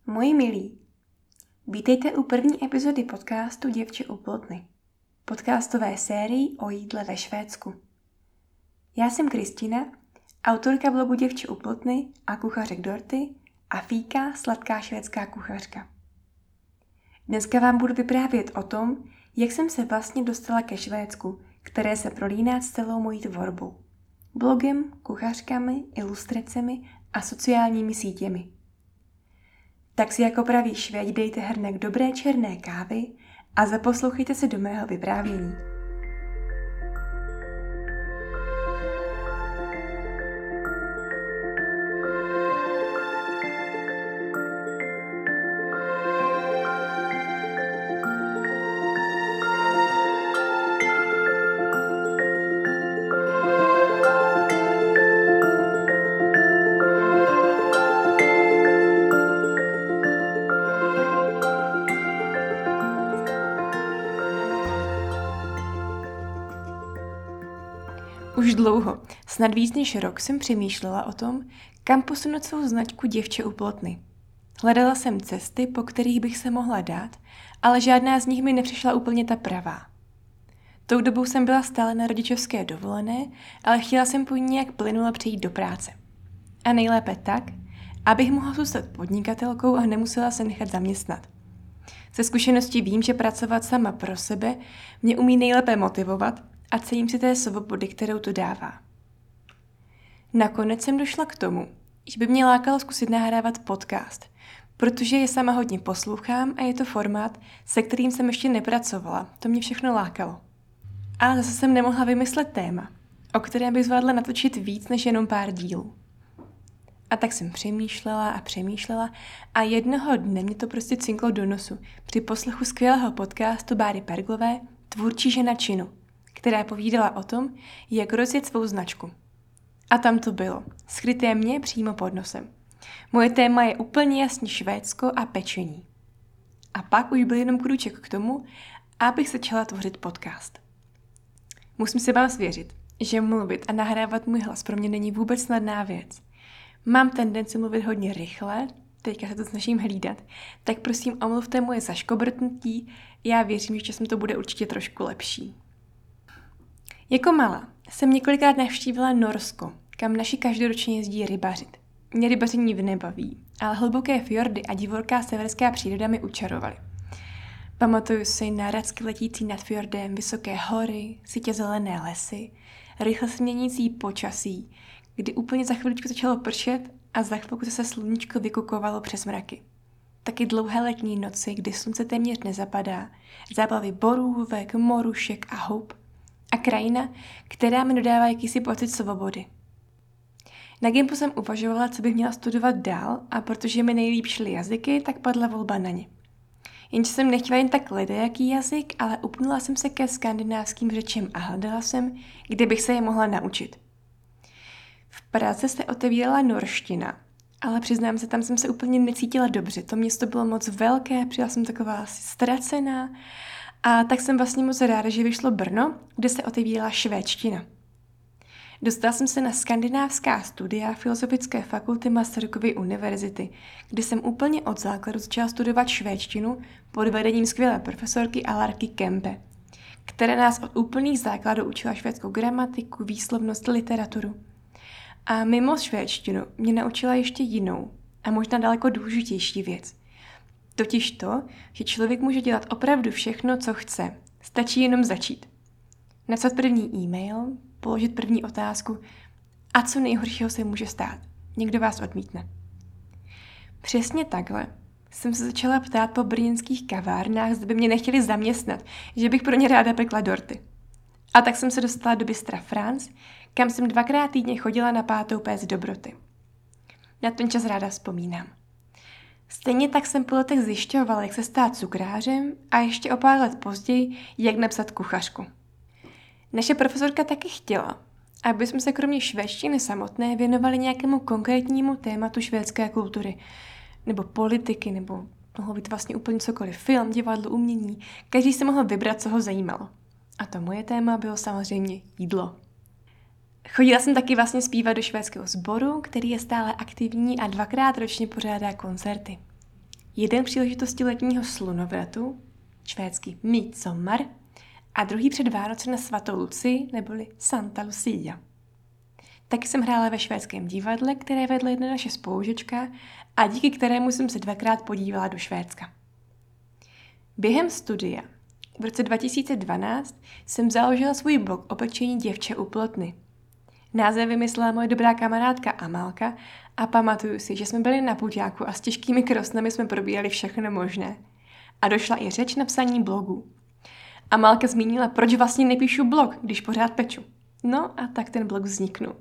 Moji milí, vítejte u první epizody podcastu Děvče u plotny, podcastové sérii o jídle ve Švédsku. Já jsem Kristina, autorka blogu Děvče u plotny a kuchařek Dorty a Fíka, sladká švédská kuchařka. Dneska vám budu vyprávět o tom, jak jsem se vlastně dostala ke Švédsku, které se prolíná s celou mojí tvorbou. Blogem, kuchařkami, ilustracemi a sociálními sítěmi. Tak si jako praví Švédi dejte hrnek dobré černé kávy a zaposlouchejte se do mého vyprávění. Už dlouho, snad víc než rok, jsem přemýšlela o tom, kam posunout svou značku Děvče u plotny. Hledala jsem cesty, po kterých bych se mohla dát, ale žádná z nich mi nepřišla úplně ta pravá. Tou dobou jsem byla stále na rodičovské dovolené, ale chtěla jsem po ní nějak plynule přejít do práce. A nejlépe tak, abych mohla zůstat podnikatelkou a nemusela se nechat zaměstnat. Ze zkušenosti vím, že pracovat sama pro sebe mě umí nejlépe motivovat a cením si té svobody, kterou to dává. Nakonec jsem došla k tomu, že by mě lákalo zkusit nahrávat podcast, protože je sama hodně poslouchám a je to formát, se kterým jsem ještě nepracovala. To mě všechno lákalo. Ale zase jsem nemohla vymyslet téma, o kterém bych zvládla natočit víc než jenom pár dílů. A tak jsem přemýšlela a jednoho dne mě to prostě cinklo do nosu při poslechu skvělého podcastu Báry Perglové Tvůrčí žena činu, která povídala o tom, jak rozjet svou značku. A tam to bylo, skryté mě přímo pod nosem. Moje téma je úplně jasně Švédsko a pečení. A pak už byl jenom krůček k tomu, abych začala tvořit podcast. Musím se vám svěřit, že mluvit a nahrávat můj hlas pro mě není vůbec snadná věc. Mám tendenci mluvit hodně rychle, teďka se to snažím hlídat, tak prosím omluvte moje zaškobrtnutí, já věřím, že časem to bude určitě trošku lepší. Jako malá jsem několikrát navštívila Norsko, kam naši každoročně jezdí rybařit. Mě rybaření nebaví, ale hluboké fjordy a divoká severská příroda mi učarovaly. Pamatuju si na racky letící nad fjordem, vysoké hory, sitě zelené lesy, rychle se měnící počasí, kdy úplně za chviličku začalo pršet a za chvilku se sluníčko vykukovalo přes mraky. Taky dlouhé letní noci, kdy slunce téměř nezapadá, záplavy borůvek, morušek a hub, a krajina, která mi dodává jakýsi pocit svobody. Na gympu jsem uvažovala, co bych měla studovat dál a protože mi nejlíp šly jazyky, tak padla volba na ně. Jenže jsem nechtěla jen tak ledajaký jazyk, ale upnula jsem se ke skandinávským řečem a hledala jsem, kde bych se je mohla naučit. V Praze se otevírala norština, ale přiznám se, tam jsem se úplně necítila dobře. To město bylo moc velké, přijela jsem taková asi ztracená. A tak jsem vlastně moc ráda, že vyšlo Brno, kde se otevírala švédština. Dostala jsem se na skandinávská studia Filozofické fakulty Masarykovy univerzity, kde jsem úplně od základu začala studovat švédštinu pod vedením skvělé profesorky Alarky Kempe, která nás od úplných základů učila švédskou gramatiku, výslovnost, literaturu. A mimo švédštinu mě naučila ještě jinou a možná daleko důležitější věc. Totiž to, že člověk může dělat opravdu všechno, co chce. Stačí jenom začít. Napsat první e-mail, položit první otázku a co nejhoršího se může stát. Někdo vás odmítne. Přesně takhle jsem se začala ptát po brněnských kavárnách, zda by mě nechtěli zaměstnat, že bych pro ně ráda pekla dorty. A tak jsem se dostala do Bystra France, kam jsem 2krát týdně chodila na 5. péct dobroty. Na ten čas ráda vzpomínám. Stejně tak jsem po letech zjišťovala, jak se stát cukrářem a ještě o pár let později, jak napsat kuchařku. Naše profesorka taky chtěla, aby jsme se kromě švédštiny samotné věnovali nějakému konkrétnímu tématu švédské kultury, nebo politiky, nebo mohlo být vlastně úplně cokoliv, film, divadlo, umění. Každý se mohl vybrat, co ho zajímalo. A to moje téma bylo samozřejmě jídlo. Chodila jsem taky vlastně zpívat do švédského sboru, který je stále aktivní a 2krát ročně pořádá koncerty. Jeden příležitosti letního slunovratu, švédsky Midsommar, a druhý před Vánoce na svatou Luci, neboli Santa Lucia. Taky jsem hrála ve švédském divadle, které vedla jedna naše spolužečka a díky kterému jsem se 2krát podívala do Švédska. Během studia v roce 2012 jsem založila svůj blog o pečení děvče u Plotny. Název vymyslela moje dobrá kamarádka Amálka a pamatuju si, že jsme byli na puťáku a s těžkými krosnami jsme probírali všechno možné. A došla i řeč na psaní blogu. Amálka zmínila, proč vlastně nepíšu blog, když pořád peču. No a tak ten blog vzniknul.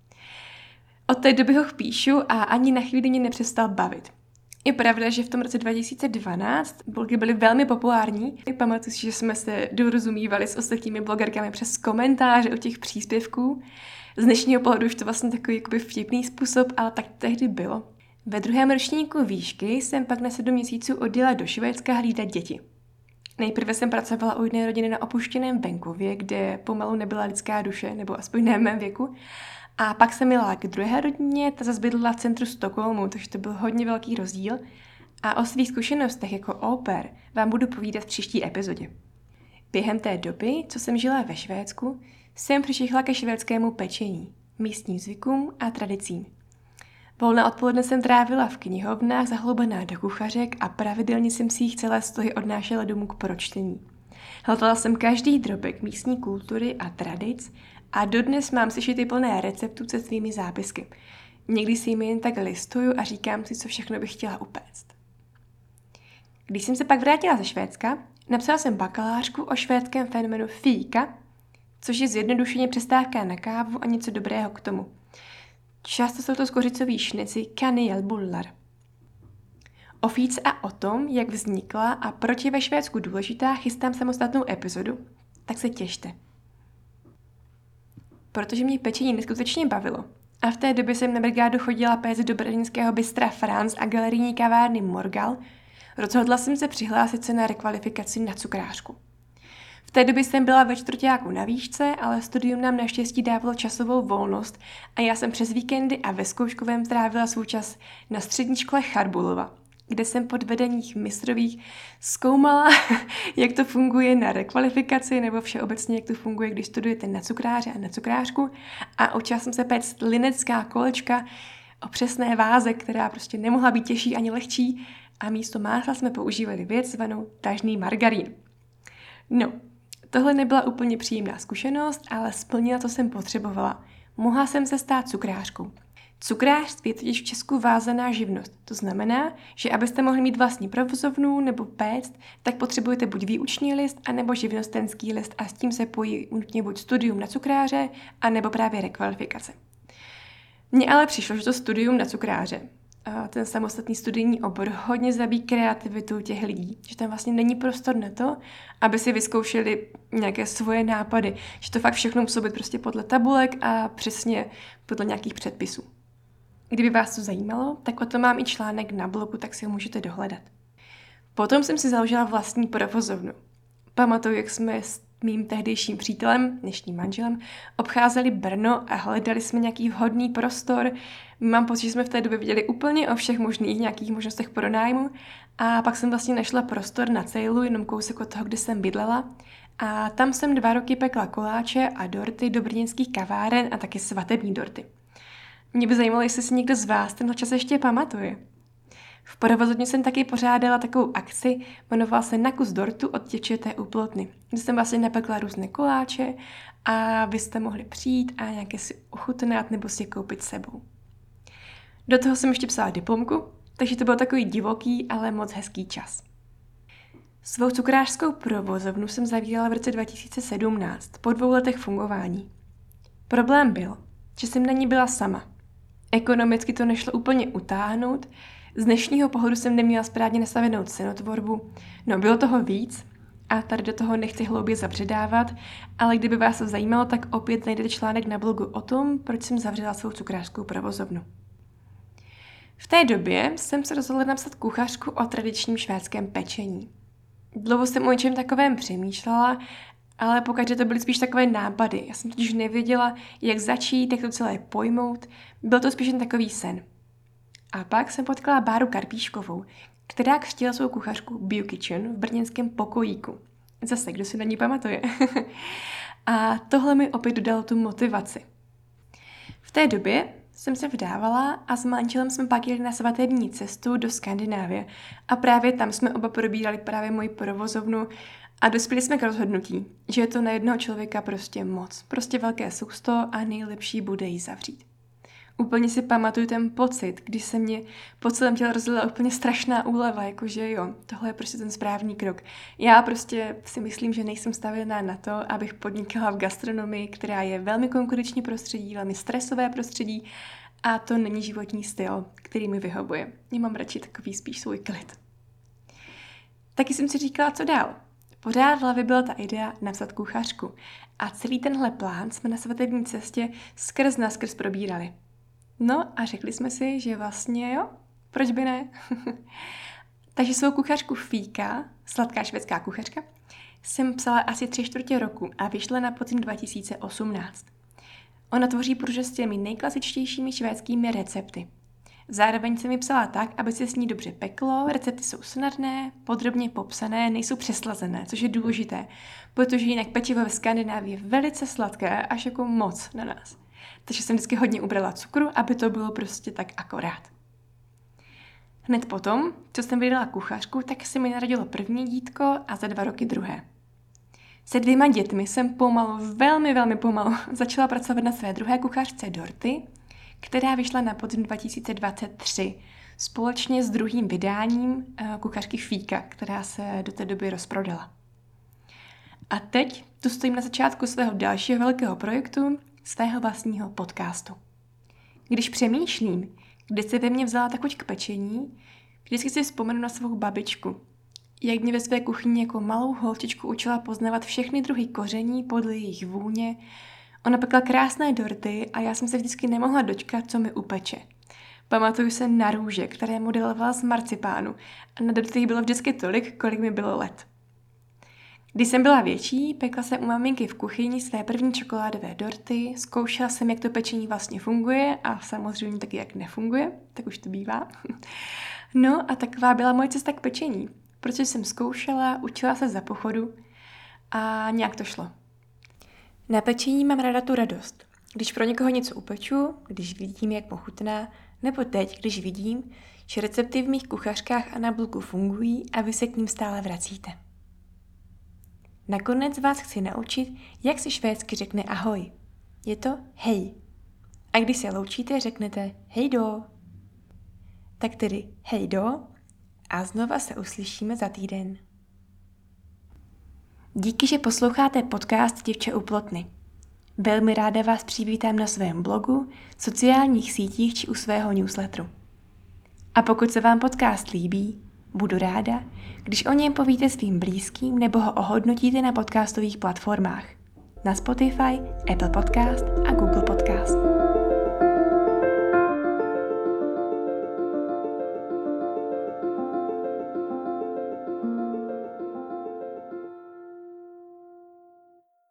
Od té doby ho píšu a ani na chvíli mě nepřestal bavit. Je pravda, že v tom roce 2012 blogy byly velmi populární. Pamatuju si, že jsme se dorozumívali s ostatními blogerkami přes komentáře o těch příspěvků. Z dnešního pohledu už to vlastně takový jakoby vtipný způsob, ale tak tehdy bylo. Ve 2. ročníku výšky jsem pak na 7 měsíců odjela do Švédska hlídat děti. Nejprve jsem pracovala u jedné rodiny na opuštěném venkově, kde pomalu nebyla lidská duše, nebo aspoň ne v mém věku. A pak jsem jela k druhé rodině, ta zase bydlela v centru Stockholmu, takže to byl hodně velký rozdíl. A o svých zkušenostech jako au pair vám budu povídat v příští epizodě. Během té doby, co jsem žila ve Švédsku, jsem přišla ke švédskému pečení, místním zvykům a tradicím. Volná odpoledne jsem trávila v knihovnách zahloubená do kuchařek a pravidelně jsem si jich celé stohy odnášela domů k pročtení. Hledala jsem každý drobek místní kultury a tradic a dodnes mám sešity plné receptů se svými zápisky. Někdy si jimi jen tak listuju a říkám si, co všechno bych chtěla upéct. Když jsem se pak vrátila ze Švédska, napsala jsem bakalářku o švédském fenoménu fíka, což je zjednodušeně přestávka na kávu a něco dobrého k tomu. Často jsou to skořicový šnici kanelbullar. O fíce a o tom, jak vznikla a proč je ve Švédsku důležitá, chystám samostatnou epizodu, tak se těšte. Protože mě pečení neskutečně bavilo a v té době jsem na brigádu chodila péct do brněnského bystra Franz a galerijní kavárny Morgal, rozhodla jsem se přihlásit se na rekvalifikaci na cukrářku. V té době jsem byla ve čtvrťáku na výšce, ale studium nám naštěstí dávalo časovou volnost a já jsem přes víkendy a ve zkouškovém trávila svůj čas na střední škole Charbulova, kde jsem pod vedeních mistrových zkoumala, jak to funguje na rekvalifikaci nebo všeobecně, jak to funguje, když studujete na cukráře a na cukrářku a učila jsem se péct linecká kolečka o přesné váze, která prostě nemohla být těžší ani lehčí a místo másla jsme používali věc zvanou tažný margarín. No, tohle nebyla úplně příjemná zkušenost, ale splnila, co jsem potřebovala. Mohla jsem se stát cukrářkou. Cukrářství je totiž v Česku vázaná živnost. To znamená, že abyste mohli mít vlastní provozovnu nebo péct, tak potřebujete buď výuční list, anebo živnostenský list a s tím se pojí nutně buď studium na cukráře, anebo právě rekvalifikace. Mně ale přišlo, že to studium na cukráře, ten samostatný studijní obor hodně zabíjí kreativitu těch lidí, že tam vlastně není prostor na to, aby si vyzkoušeli nějaké svoje nápady, že to fakt všechno musí být prostě podle tabulek a přesně podle nějakých předpisů. Kdyby vás to zajímalo, tak o tom mám i článek na blogu, tak si ho můžete dohledat. Potom jsem si založila vlastní provozovnu. Pamatuju, jak jsme s mým tehdejším přítelem, dnešním manželem, obcházeli Brno a hledali jsme nějaký vhodný prostor. Mám pocit, že jsme v té době viděli úplně o všech možných nějakých možnostech pronájmu a pak jsem vlastně našla prostor na Cejlu, jenom kousek od toho, kde jsem bydlela. A tam jsem 2 roky pekla koláče a dorty do brněnských kaváren a taky svatební dorty. Mě by zajímalo, jestli si někdo z vás tenhle čas ještě pamatuje. V provozovně jsem taky pořádala takovou akci, jmenovala se Na kus dortu od děvčete u Plotny, kde jsem vlastně napekla různé koláče a vy jste mohli přijít a nějaké si ochutnat nebo si je koupit sebou. Do toho jsem ještě psala diplomku, takže to byl takový divoký, ale moc hezký čas. Svou cukrářskou provozovnu jsem zavírala v roce 2017, po 2 letech fungování. Problém byl, že jsem na ní byla sama. Ekonomicky to nešlo úplně utáhnout, z dnešního pohledu jsem neměla správně nastavenou cenotvorbu, no bylo toho víc a tady do toho nechci hloubě zabředávat, ale kdyby vás to zajímalo, tak opět najdete článek na blogu o tom, proč jsem zavřela svou cukrářskou provozovnu. V té době jsem se rozhodla napsat kuchařku o tradičním švédském pečení. Dlouho jsem o něčem takovém přemýšlela, ale pokaždé to byly spíš takové nápady. Já jsem totiž nevěděla, jak začít, jak to celé pojmout. Byl to spíš jen takový sen. A pak jsem potkala Báru Karpíškovou, která křtila svou kuchařku Biu Kitchen v brněnském Pokojíku. Zase, kdo si na ní pamatuje. A tohle mi opět dodalo tu motivaci. V té době jsem se vdávala a s manželem jsme pak jeli na svatební cestu do Skandinávie a právě tam jsme oba probírali právě moji provozovnu a dospěli jsme k rozhodnutí, že je to na jednoho člověka prostě moc, prostě velké sousto a nejlepší bude ji zavřít. Úplně si pamatuju ten pocit, když se mě po celém těle rozdělila úplně strašná úleva, jakože jo, tohle je prostě ten správný krok. Já prostě si myslím, že nejsem stavěná na to, abych podnikala v gastronomii, která je velmi konkurenční prostředí, velmi stresové prostředí a to není životní styl, který mi vyhovuje. Já mám radši takový spíš svůj klid. Taky jsem si říkala, co dál. Pořád v hlavě byla ta idea napsat kuchařku a celý tenhle plán jsme na svatební cestě skrz probírali. No a řekli jsme si, že vlastně jo, proč by ne? Takže svou kuchařku Fíka, sladká švédská kuchařka, jsem psala asi 3/4 roku a vyšla na podzim 2018. Ona tvoří průřez s těmi nejklasičtějšími švédskými recepty. Zároveň jsem mi psala tak, aby se s ní dobře peklo, recepty jsou snadné, podrobně popsané, nejsou přeslazené, což je důležité, protože jinak pečivo ve Skandinávii je velice sladké, až jako moc na nás. Takže jsem vždycky hodně ubrala cukru, aby to bylo prostě tak akorát. Hned potom, co jsem vydala kuchařku, tak se mi narodilo první dítko a za 2 roky druhé. Se 2 dětmi jsem velmi pomalu začala pracovat na své druhé kuchařce Dorty, která vyšla na podzim 2023 společně s druhým vydáním kuchařky Fíka, která se do té doby rozprodala. A teď tu stojím na začátku svého dalšího velkého projektu, svého vlastního podcastu. Když přemýšlím, kde se ve mně vzala ta chuť k pečení, vždycky si vzpomenu na svou babičku, jak mě ve své kuchyni jako malou holčičku učila poznávat všechny druhy koření podle jejich vůně. Ona pekla krásné dorty a já jsem se vždycky nemohla dočkat, co mi upeče. Pamatuju se na růže, které modelovala z marcipánu a na dortech bylo vždycky tolik, kolik mi bylo let. Když jsem byla větší, pekla jsem u maminky v kuchyni své první čokoládové dorty, zkoušela jsem, jak to pečení vlastně funguje a samozřejmě taky, jak nefunguje, tak už to bývá. No a taková byla moje cesta k pečení, protože jsem zkoušela, učila se za pochodu a nějak to šlo. Na pečení mám ráda tu radost. Když pro někoho něco upeču, když vidím, jak pochutná, nebo teď, když vidím, že recepty v mých kuchařkách a na blogu fungují a vy se k ním stále vracíte. Nakonec vás chci naučit, jak se švédsky řekne ahoj. Je to hej. A když se loučíte, řeknete hej do. Tak tedy hej do a znova se uslyšíme za týden. Díky, že posloucháte podcast Děvče u plotny. Velmi ráda vás přivítám na svém blogu, sociálních sítích či u svého newsletteru. A pokud se vám podcast líbí, budu ráda, když o něm povíte svým blízkým nebo ho ohodnotíte na podcastových platformách. Na Spotify, Apple Podcast a Google Podcast.